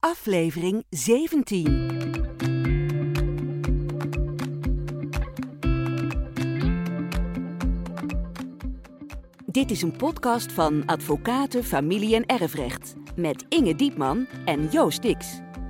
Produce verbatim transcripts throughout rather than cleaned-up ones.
aflevering zeventien. Dit is een podcast van Advocaten, Familie en Erfrecht met Inge Diepman en Joost Dix.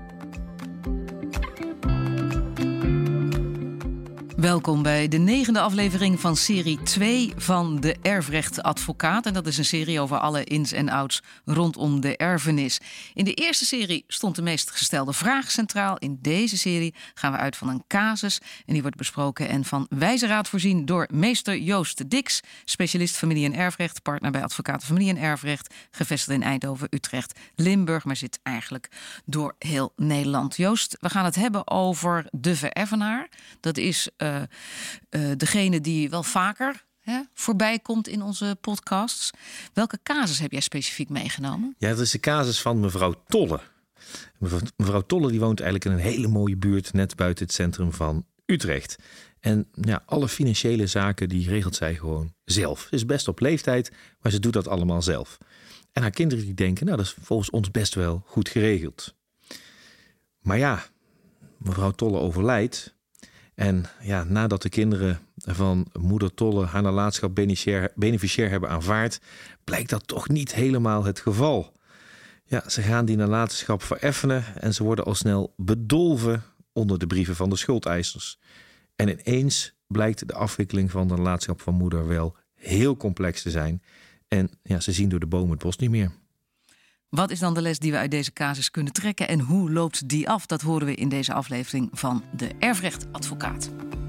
Welkom bij de negende aflevering van serie twee van de Erfrecht Advocaat. En dat is een serie over alle ins en outs rondom de erfenis. In de eerste serie stond de meest gestelde vraag centraal. In deze serie gaan we uit van een casus. En die wordt besproken en van wijze raad voorzien door meester Joost Dix, specialist familie- en erfrecht, partner bij Advocaten Familie en Erfrecht, gevestigd in Eindhoven, Utrecht, Limburg, maar zit eigenlijk door heel Nederland. Joost, we gaan het hebben over de vereffenaar. Dat is Uh, uh, degene die wel vaker hè, voorbij komt in onze podcasts. Welke casus heb jij specifiek meegenomen? Ja, dat is de casus van mevrouw Tolle. Mevrouw Tolle die woont eigenlijk in een hele mooie buurt net buiten het centrum van Utrecht. En ja, alle financiële zaken die regelt zij gewoon zelf. Ze is best op leeftijd, maar ze doet dat allemaal zelf. En haar kinderen die denken, nou dat is volgens ons best wel goed geregeld. Maar ja, mevrouw Tolle overlijdt. En ja, nadat de kinderen van moeder Tolle haar nalatenschap beneficiair hebben aanvaard, blijkt dat toch niet helemaal het geval. Ja, ze gaan die nalatenschap vereffenen en ze worden al snel bedolven onder de brieven van de schuldeisers. En ineens blijkt de afwikkeling van de nalatenschap van moeder wel heel complex te zijn. En ja, ze zien door de bomen het bos niet meer. Wat is dan de les die we uit deze casus kunnen trekken en hoe loopt die af? Dat horen we in deze aflevering van de Erfrecht Advocaat.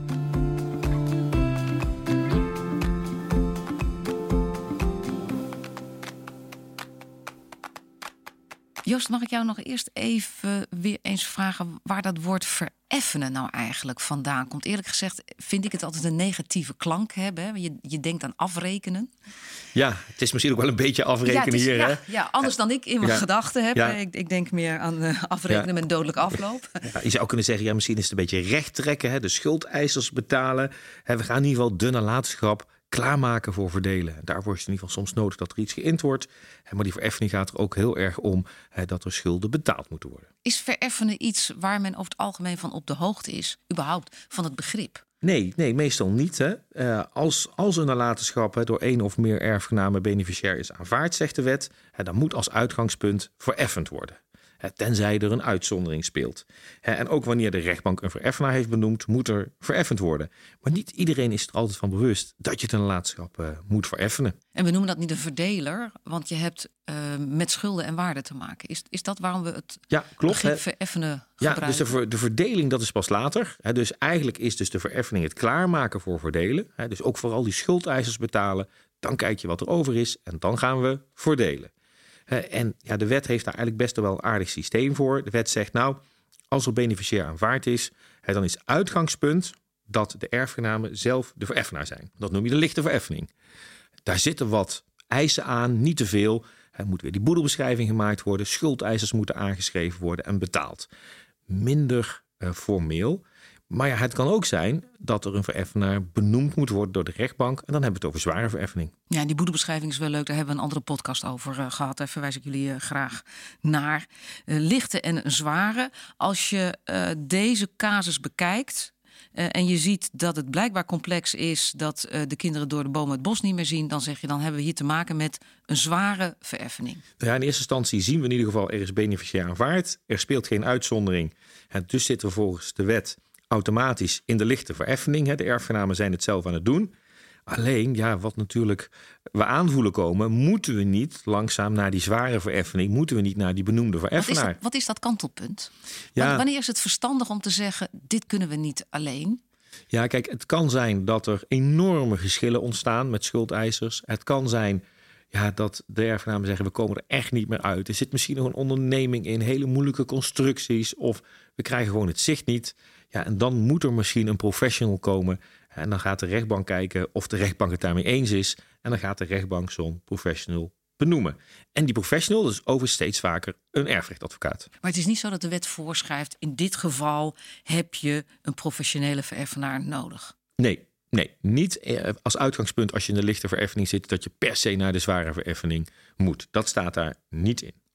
Joost, mag ik jou nog eerst even weer eens vragen waar dat woord vereffenen nou eigenlijk vandaan komt? Eerlijk gezegd vind ik het altijd een negatieve klank hebben. Hè? Je, je denkt aan afrekenen. Ja, het is misschien ook wel een beetje afrekenen ja, is, hier. Ja, hè? ja, anders dan ik in mijn ja. gedachten heb. Ja. Ik, ik denk meer aan uh, afrekenen ja. met dodelijk afloop. Ja, je zou kunnen zeggen, ja, misschien is het een beetje recht trekken. Hè? De schuldeisers betalen. Hè, we gaan in ieder geval de nalatenschap klaarmaken voor verdelen. Daarvoor is het in ieder geval soms nodig dat er iets geïnd wordt. Maar die vereffening gaat er ook heel erg om hè, dat er schulden betaald moeten worden. Is vereffenen iets waar men over het algemeen van op de hoogte is, überhaupt, van het begrip? Nee, nee, meestal niet. Hè. Uh, als, als een nalatenschap hè, door één of meer erfgenamen beneficiair is aanvaard, zegt de wet, hè, dan moet als uitgangspunt vereffend worden. Tenzij er een uitzondering speelt. En ook wanneer de rechtbank een vereffenaar heeft benoemd, moet er vereffend worden. Maar niet iedereen is er altijd van bewust dat je de nalatenschap uh, moet vereffenen. En we noemen dat niet een verdeler, want je hebt uh, met schulden en waarden te maken. Is, is dat waarom we het ja, klopt, begrip vereffenen gebruiken? Ja, dus de, ver, de verdeling dat is pas later. He, dus eigenlijk is dus de vereffening het klaarmaken voor verdelen. He, dus ook vooral die schuldeisers betalen. Dan kijk je wat er over is en dan gaan we verdelen. Uh, en ja, de wet heeft daar eigenlijk best wel een aardig systeem voor. De wet zegt nou, als er beneficiair aanvaard is, uh, dan is uitgangspunt dat de erfgenamen zelf de vereffenaar zijn. Dat noem je de lichte vereffening. Daar zitten wat eisen aan, niet te veel. Er moet weer die boedelbeschrijving gemaakt worden. Schuldeisers moeten aangeschreven worden en betaald. Minder uh, formeel. Maar ja, het kan ook zijn dat er een vereffenaar benoemd moet worden door de rechtbank. En dan hebben we het over zware vereffening. Ja, die boedelbeschrijving is wel leuk. Daar hebben we een andere podcast over uh, gehad. Daar verwijs ik jullie uh, graag naar. Uh, lichte en zware. Als je uh, deze casus bekijkt uh, en je ziet dat het blijkbaar complex is, dat uh, de kinderen door de bomen het bos niet meer zien, dan zeg je, dan hebben we hier te maken met een zware vereffening. Ja, in eerste instantie zien we in ieder geval er is beneficiair aanvaard. Er speelt geen uitzondering. En dus zitten we volgens de wet automatisch in de lichte vereffening. De erfgenamen zijn het zelf aan het doen. Alleen, ja, wat natuurlijk we aanvoelen komen, moeten we niet langzaam naar die zware vereffening, moeten we niet naar die benoemde vereffenaar. Wat is dat, wat is dat kantelpunt? Ja. Wanneer is het verstandig om te zeggen, dit kunnen we niet alleen? Ja, kijk, het kan zijn dat er enorme geschillen ontstaan met schuldeisers. Het kan zijn ja, dat de erfgenamen zeggen, we komen er echt niet meer uit. Er zit misschien nog een onderneming in, hele moeilijke constructies, of we krijgen gewoon het zicht niet. Ja, en dan moet er misschien een professional komen. En dan gaat de rechtbank kijken of de rechtbank het daarmee eens is. En dan gaat de rechtbank zo'n professional benoemen. En die professional, dat is overigens steeds vaker een erfrechtadvocaat. Maar het is niet zo dat de wet voorschrijft, in dit geval heb je een professionele vereffenaar nodig. Nee, nee, niet als uitgangspunt als je in de lichte vereffening zit, dat je per se naar de zware vereffening moet. Dat staat daar niet in.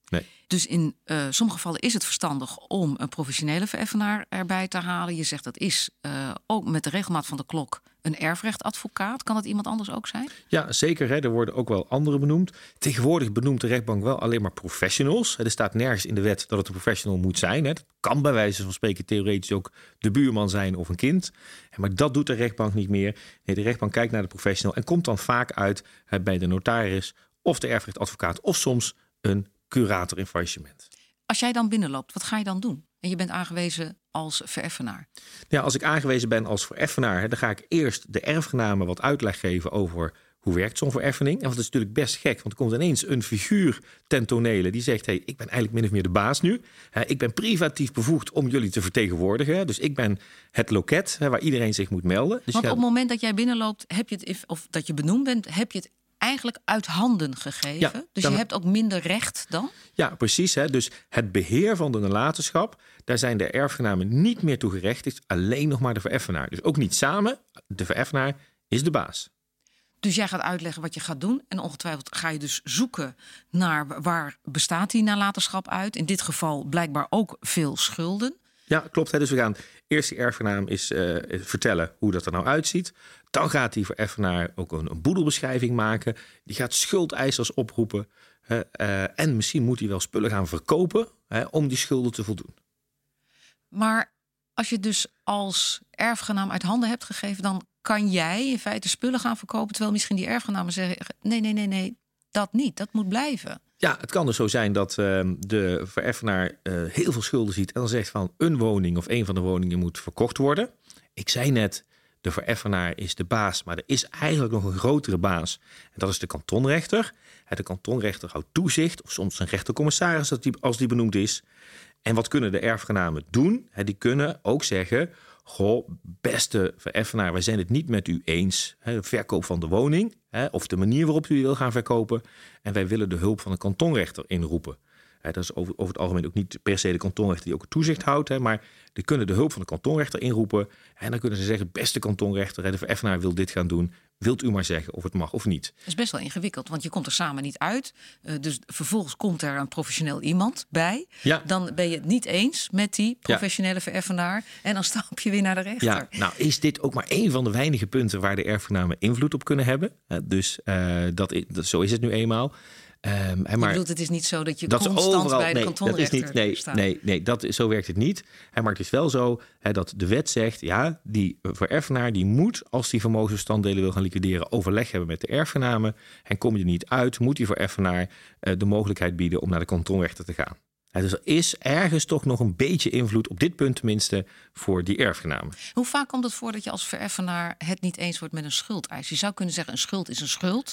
Nee. Dus in uh, sommige gevallen is het verstandig om een professionele vereffenaar erbij te halen. Je zegt dat is uh, ook met de regelmaat van de klok een erfrechtadvocaat. Kan dat iemand anders ook zijn? Ja, zeker. Hè. Er worden ook wel anderen benoemd. Tegenwoordig benoemt de rechtbank wel alleen maar professionals. Er staat nergens in de wet dat het een professional moet zijn. Het kan bij wijze van spreken theoretisch ook de buurman zijn of een kind. Maar dat doet de rechtbank niet meer. Nee, de rechtbank kijkt naar de professional en komt dan vaak uit bij de notaris of de erfrechtadvocaat of soms een curator in faillissement. Als jij dan binnenloopt, wat ga je dan doen? En je bent aangewezen als vereffenaar. Ja, als ik aangewezen ben als vereffenaar, dan ga ik eerst de erfgenamen wat uitleg geven over hoe werkt zo'n vereffening. En dat is natuurlijk best gek, want er komt ineens een figuur ten tonele die zegt: hey, ik ben eigenlijk min of meer de baas nu. Ik ben privatief bevoegd om jullie te vertegenwoordigen. Dus ik ben het loket waar iedereen zich moet melden. Dus want gaat... op het moment dat jij binnenloopt, heb je het, of dat je benoemd bent, heb je het eigenlijk uit handen gegeven. Ja, dus dan... je hebt ook minder recht dan? Ja, precies. Hè. Dus het beheer van de nalatenschap, daar zijn de erfgenamen niet meer toe gerechtigd. Alleen nog maar de vereffenaar. Dus ook niet samen. De vereffenaar is de baas. Dus jij gaat uitleggen wat je gaat doen. En ongetwijfeld ga je dus zoeken naar waar bestaat die nalatenschap uit. In dit geval blijkbaar ook veel schulden. Ja, klopt. Hè. Dus we gaan eerst die erfgenaam eens uh, vertellen hoe dat er nou uitziet. Dan gaat die vereffenaar ook een, een boedelbeschrijving maken. Die gaat schuldeisers oproepen. Uh, uh, en misschien moet hij wel spullen gaan verkopen uh, om die schulden te voldoen. Maar als je dus als erfgenaam uit handen hebt gegeven, dan kan jij in feite spullen gaan verkopen, terwijl misschien die erfgenamen zeggen: nee, nee, nee, nee, dat niet. Dat moet blijven. Ja, het kan dus zo zijn dat uh, de vereffenaar uh, heel veel schulden ziet en dan zegt van een woning of een van de woningen moet verkocht worden. Ik zei net, de vereffenaar is de baas, maar er is eigenlijk nog een grotere baas. En dat is de kantonrechter. De kantonrechter houdt toezicht, of soms een rechtercommissaris als die benoemd is. En wat kunnen de erfgenamen doen? Die kunnen ook zeggen: goh, beste vereffenaar, wij zijn het niet met u eens. De verkoop van de woning of de manier waarop u die wil gaan verkopen. En wij willen de hulp van de kantonrechter inroepen. Dat is over, over het algemeen ook niet per se de kantonrechter die ook het toezicht houdt. Maar die kunnen de hulp van de kantonrechter inroepen. En dan kunnen ze zeggen: beste kantonrechter, de vereffenaar wil dit gaan doen. Wilt u maar zeggen of het mag of niet? Dat is best wel ingewikkeld, want je komt er samen niet uit. Uh, dus vervolgens komt er een professioneel iemand bij. Ja. Dan ben je het niet eens met die professionele ja. vereffenaar. En dan stap je weer naar de rechter. Ja, nou is dit ook maar één van de weinige punten waar de erfgenamen invloed op kunnen hebben. Uh, dus uh, dat, dat, zo is het nu eenmaal. Um, maar, je bedoelt, het is niet zo dat je dat constant overal, bij de nee, kantonrechter dat is niet, nee, staat. Nee, nee dat, zo werkt het niet. Maar het is wel zo hè, dat de wet zegt: ja, die vereffenaar die moet, als die vermogensbestanddelen wil gaan liquideren, overleg hebben met de erfgenamen. En kom je er niet uit, moet die vereffenaar uh, de mogelijkheid bieden om naar de kantonrechter te gaan. Ja, dus er is ergens toch nog een beetje invloed, op dit punt tenminste, voor die erfgenamen. Hoe vaak komt het voor dat je als vereffenaar het niet eens wordt met een schuldeis? Je zou kunnen zeggen: een schuld is een schuld.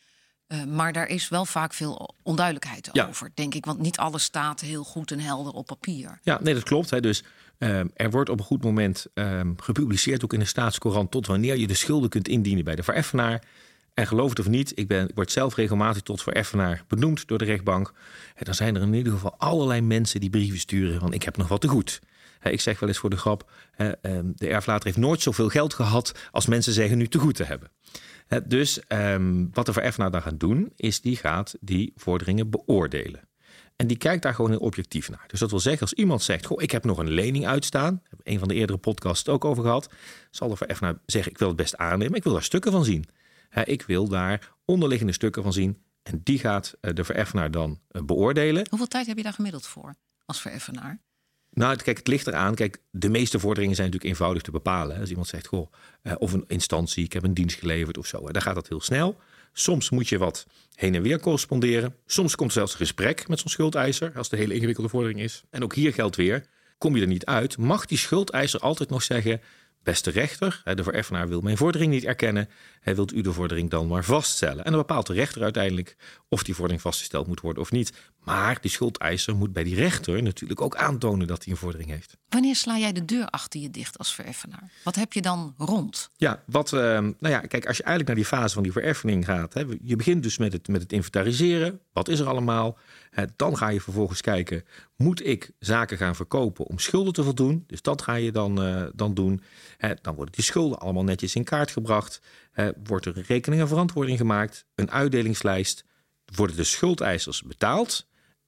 Uh, maar daar is wel vaak veel onduidelijkheid ja. over, denk ik. Want niet alles staat heel goed en helder op papier. Ja, nee, dat klopt. Hè. Dus uh, er wordt op een goed moment uh, gepubliceerd, ook in de Staatscourant, tot wanneer je de schulden kunt indienen bij de vereffenaar. En geloof het of niet, ik, ben, ik word zelf regelmatig tot vereffenaar benoemd door de rechtbank. En dan zijn er in ieder geval allerlei mensen die brieven sturen van: ik heb nog wat te goed. Ik zeg wel eens voor de grap: de erflater heeft nooit zoveel geld gehad als mensen zeggen nu te goed te hebben. Dus um, wat de vereffenaar dan gaat doen, is die gaat die vorderingen beoordelen. En die kijkt daar gewoon heel objectief naar. Dus dat wil zeggen, als iemand zegt: goh, ik heb nog een lening uitstaan. Daar hebben we een van de eerdere podcasts het ook over gehad. Zal de vereffenaar zeggen: ik wil het best aannemen, ik wil daar stukken van zien. Ik wil daar onderliggende stukken van zien. En die gaat de vereffenaar dan beoordelen. Hoeveel tijd heb je daar gemiddeld voor als vereffenaar? Nou, kijk, het ligt eraan. Kijk, de meeste vorderingen zijn natuurlijk eenvoudig te bepalen. Als iemand zegt: goh, of een instantie, ik heb een dienst geleverd of zo. Dan gaat dat heel snel. Soms moet je wat heen en weer corresponderen. Soms komt er zelfs een gesprek met zo'n schuldeiser, als de hele ingewikkelde vordering is. En ook hier geldt weer: kom je er niet uit, mag die schuldeiser altijd nog zeggen: beste rechter, de vereffenaar wil mijn vordering niet erkennen. Hij wilt u de vordering dan maar vaststellen. En dan bepaalt de rechter uiteindelijk of die vordering vastgesteld moet worden of niet. Maar die schuldeiser moet bij die rechter natuurlijk ook aantonen dat hij een vordering heeft. Wanneer sla jij de deur achter je dicht als vereffenaar? Wat heb je dan rond? Ja, wat, uh, nou ja, kijk, als je eigenlijk naar die fase van die vereffening gaat. Hè, je begint dus met het, met het inventariseren. Wat is er allemaal? Hè, dan ga je vervolgens kijken: moet ik zaken gaan verkopen om schulden te voldoen? Dus dat ga je dan, uh, dan doen. Hè, dan worden die schulden allemaal netjes in kaart gebracht. Hè, wordt er een rekening en verantwoording gemaakt. Een uitdelingslijst. Worden de schuldeisers betaald?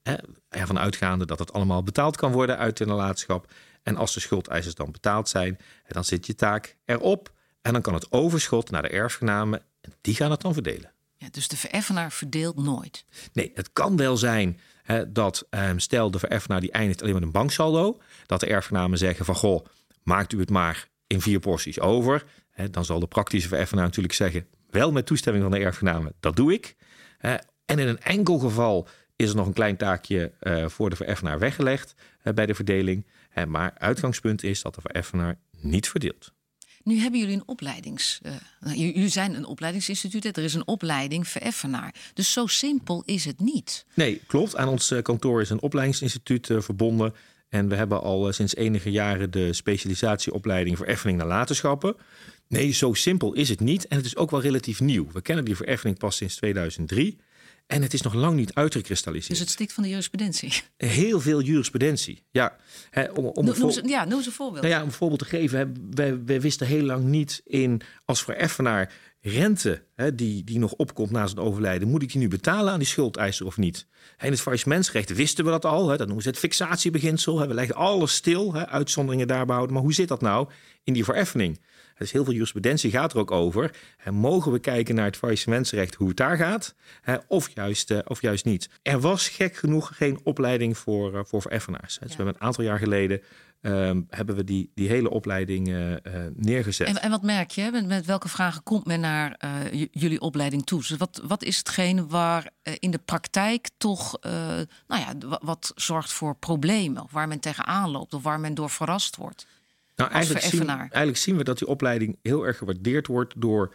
Hè, ervan uitgaande dat het allemaal betaald kan worden uit de nalatenschap. En als de schuldeisers dan betaald zijn, dan zit je taak erop. En dan kan het overschot naar de erfgenamen. En die gaan het dan verdelen. Ja, dus de vereffenaar verdeelt nooit? Nee, het kan wel zijn hè, dat eh, stel de vereffenaar die eindigt alleen met een banksaldo. Dat de erfgenamen zeggen van goh, maakt u het maar in vier porties over. Hè, dan zal de praktische vereffenaar natuurlijk zeggen, wel met toestemming van de erfgenamen, dat doe ik. Hè, en in een enkel geval is er nog een klein taakje uh, voor de vereffenaar weggelegd uh, bij de verdeling. Uh, maar uitgangspunt is dat de vereffenaar niet verdeelt. Nu hebben jullie een opleidings... Uh, jullie zijn een opleidingsinstituut. Hè? Er is een opleiding vereffenaar. Dus zo simpel is het niet. Nee, klopt. Aan ons uh, kantoor is een opleidingsinstituut uh, verbonden. En we hebben al uh, sinds enige jaren de specialisatieopleiding vereffening nalatenschappen. Nee, zo simpel is het niet. En het is ook wel relatief nieuw. We kennen die vereffening pas sinds tweeduizend drie. En het is nog lang niet uitgekristalliseerd. Dus het stikt van de jurisprudentie? Heel veel jurisprudentie, ja. He, om, om no, vo- noem, ze, ja, noem eens een voorbeeld. Nou ja, om een voorbeeld te geven. He, wij, wij wisten heel lang niet in als vereffenaar rente he, die, die nog opkomt na zijn overlijden. Moet ik die nu betalen aan die schuldeiser of niet? He, in het faillissementsrecht wisten we dat al. He, dat noemen ze het fixatiebeginsel. He, we leggen alles stil, he, uitzonderingen daar behouden. Maar hoe zit dat nou in die vereffening? Dus heel veel jurisprudentie gaat er ook over. En mogen we kijken naar het faillissementsrecht, hoe het daar gaat, hè, of, juist, uh, of juist niet. Er was gek genoeg geen opleiding voor, uh, voor vereffenaars. Ja. Dus we hebben een aantal jaar geleden um, hebben we die, die hele opleiding uh, uh, neergezet. En, en wat merk je? Met, met welke vragen komt men naar uh, j- jullie opleiding toe? Dus wat, wat is hetgeen waar uh, in de praktijk toch uh, nou ja, wat, wat zorgt voor problemen? Of waar men tegenaan loopt of waar men door verrast wordt? Nou, eigenlijk zien, eigenlijk zien we dat die opleiding heel erg gewaardeerd wordt door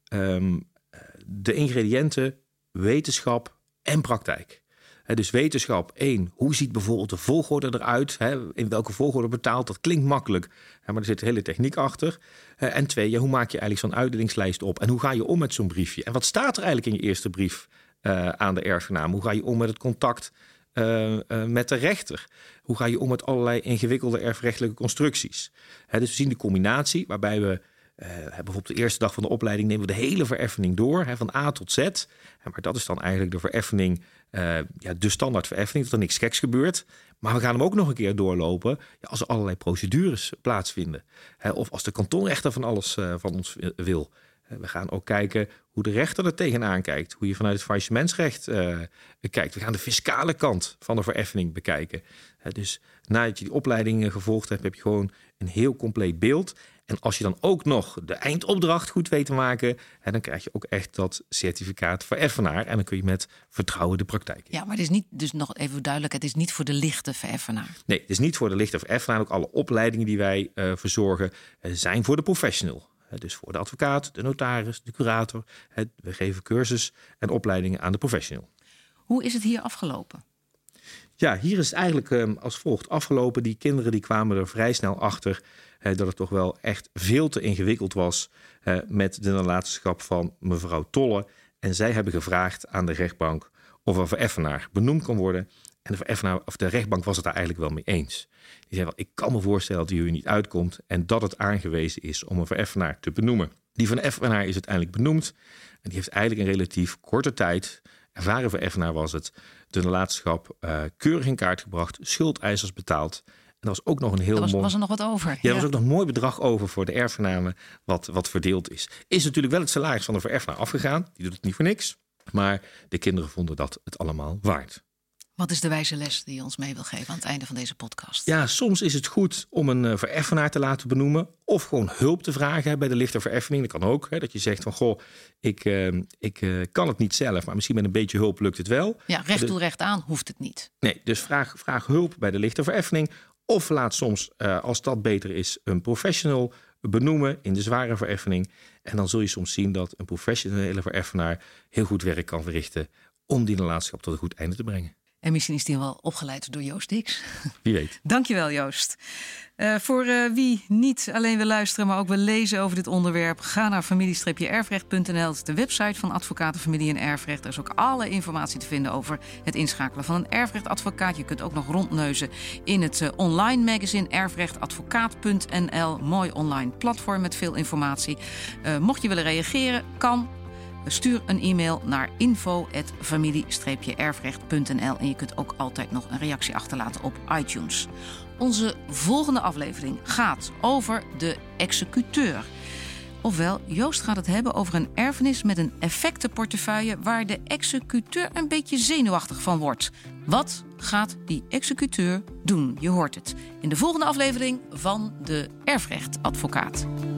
um, de ingrediënten wetenschap en praktijk. He, dus wetenschap, één, hoe ziet bijvoorbeeld de volgorde eruit? He, in welke volgorde betaalt? Dat klinkt makkelijk, he, maar er zit een hele techniek achter. Uh, en twee, ja, hoe maak je eigenlijk zo'n uitdelingslijst op? En hoe ga je om met zo'n briefje? En wat staat er eigenlijk in je eerste brief uh, aan de erfgenaam? Hoe ga je om met het contact Uh, uh, met de rechter? Hoe ga je om met allerlei ingewikkelde erfrechtelijke constructies? He, dus we zien de combinatie waarbij we uh, bijvoorbeeld de eerste dag van de opleiding nemen we de hele vereffening door, he, van A tot Z. He, maar dat is dan eigenlijk de vereffening, uh, ja, de standaard vereffening, dat er niks geks gebeurt. Maar we gaan hem ook nog een keer doorlopen ja, als er allerlei procedures plaatsvinden. He, of als de kantonrechter van alles uh, van ons wil. We gaan ook kijken hoe de rechter er tegenaan kijkt. Hoe je vanuit het faillissementsrecht uh, kijkt. We gaan de fiscale kant van de vereffening bekijken. Uh, dus nadat je die opleiding gevolgd hebt, heb je gewoon een heel compleet beeld. En als je dan ook nog de eindopdracht goed weet te maken, hè, dan krijg je ook echt dat certificaat vereffenaar. En dan kun je met vertrouwen de praktijk in. Ja, maar het is niet, dus nog even duidelijk, het is niet voor de lichte vereffenaar. Nee, het is niet voor de lichte vereffenaar. Ook alle opleidingen die wij uh, verzorgen uh, zijn voor de professional. Dus voor de advocaat, de notaris, de curator. We geven cursus en opleidingen aan de professional. Hoe is het hier afgelopen? Ja, hier is het eigenlijk um, als volgt afgelopen. Die kinderen die kwamen er vrij snel achter uh, dat het toch wel echt veel te ingewikkeld was uh, met de nalatenschap van mevrouw Tolle. En zij hebben gevraagd aan de rechtbank of een vereffenaar benoemd kon worden. En de vereffenaar, of de rechtbank was het daar eigenlijk wel mee eens. Die zei wel, ik kan me voorstellen dat die hier niet uitkomt en dat het aangewezen is om een vereffenaar te benoemen. Die vereffenaar is uiteindelijk benoemd en die heeft eigenlijk in relatief korte tijd, ervaren vereffenaar was het, de nalatenschap uh, keurig in kaart gebracht, schuldeisers betaald. En er was ook nog een heel er was, mooi... was er nog wat over. Ja, er was ook nog een mooi bedrag over voor de erfgenamen wat, wat verdeeld is. Is natuurlijk wel het salaris van de vereffenaar afgegaan. Die doet het niet voor niks. Maar de kinderen vonden dat het allemaal waard. Wat is de wijze les die je ons mee wil geven aan het einde van deze podcast? Ja, soms is het goed om een uh, vereffenaar te laten benoemen. Of gewoon hulp te vragen hè, bij de lichte vereffening. Dat kan ook. Hè, dat je zegt van, goh, ik, uh, ik uh, kan het niet zelf. Maar misschien met een beetje hulp lukt het wel. Ja, recht de... toe recht aan hoeft het niet. Nee, dus vraag, vraag hulp bij de lichte vereffening. Of laat soms, uh, als dat beter is, een professional benoemen in de zware vereffening. En dan zul je soms zien dat een professionele vereffenaar heel goed werk kan verrichten om die nalatenschap tot een goed einde te brengen. En misschien is die wel opgeleid door Joost Dix. Wie weet. Dankjewel, Joost. Uh, voor uh, wie niet alleen wil luisteren, maar ook wil lezen over dit onderwerp, ga naar familie erfrecht punt n l. Dat is de website van Advocaten Familie en Erfrecht. Er is ook alle informatie te vinden over het inschakelen van een erfrechtadvocaat. Je kunt ook nog rondneuzen in het uh, online magazine erfrechtadvocaat punt n l. Mooi online platform met veel informatie. Uh, mocht je willen reageren, kan. Stuur een e-mail naar info at familie erfrecht punt n l en je kunt ook altijd nog een reactie achterlaten op iTunes. Onze volgende aflevering gaat over de executeur. Ofwel, Joost gaat het hebben over een erfenis met een effectenportefeuille waar de executeur een beetje zenuwachtig van wordt. Wat gaat die executeur doen? Je hoort het in de volgende aflevering van de Erfrechtadvocaat.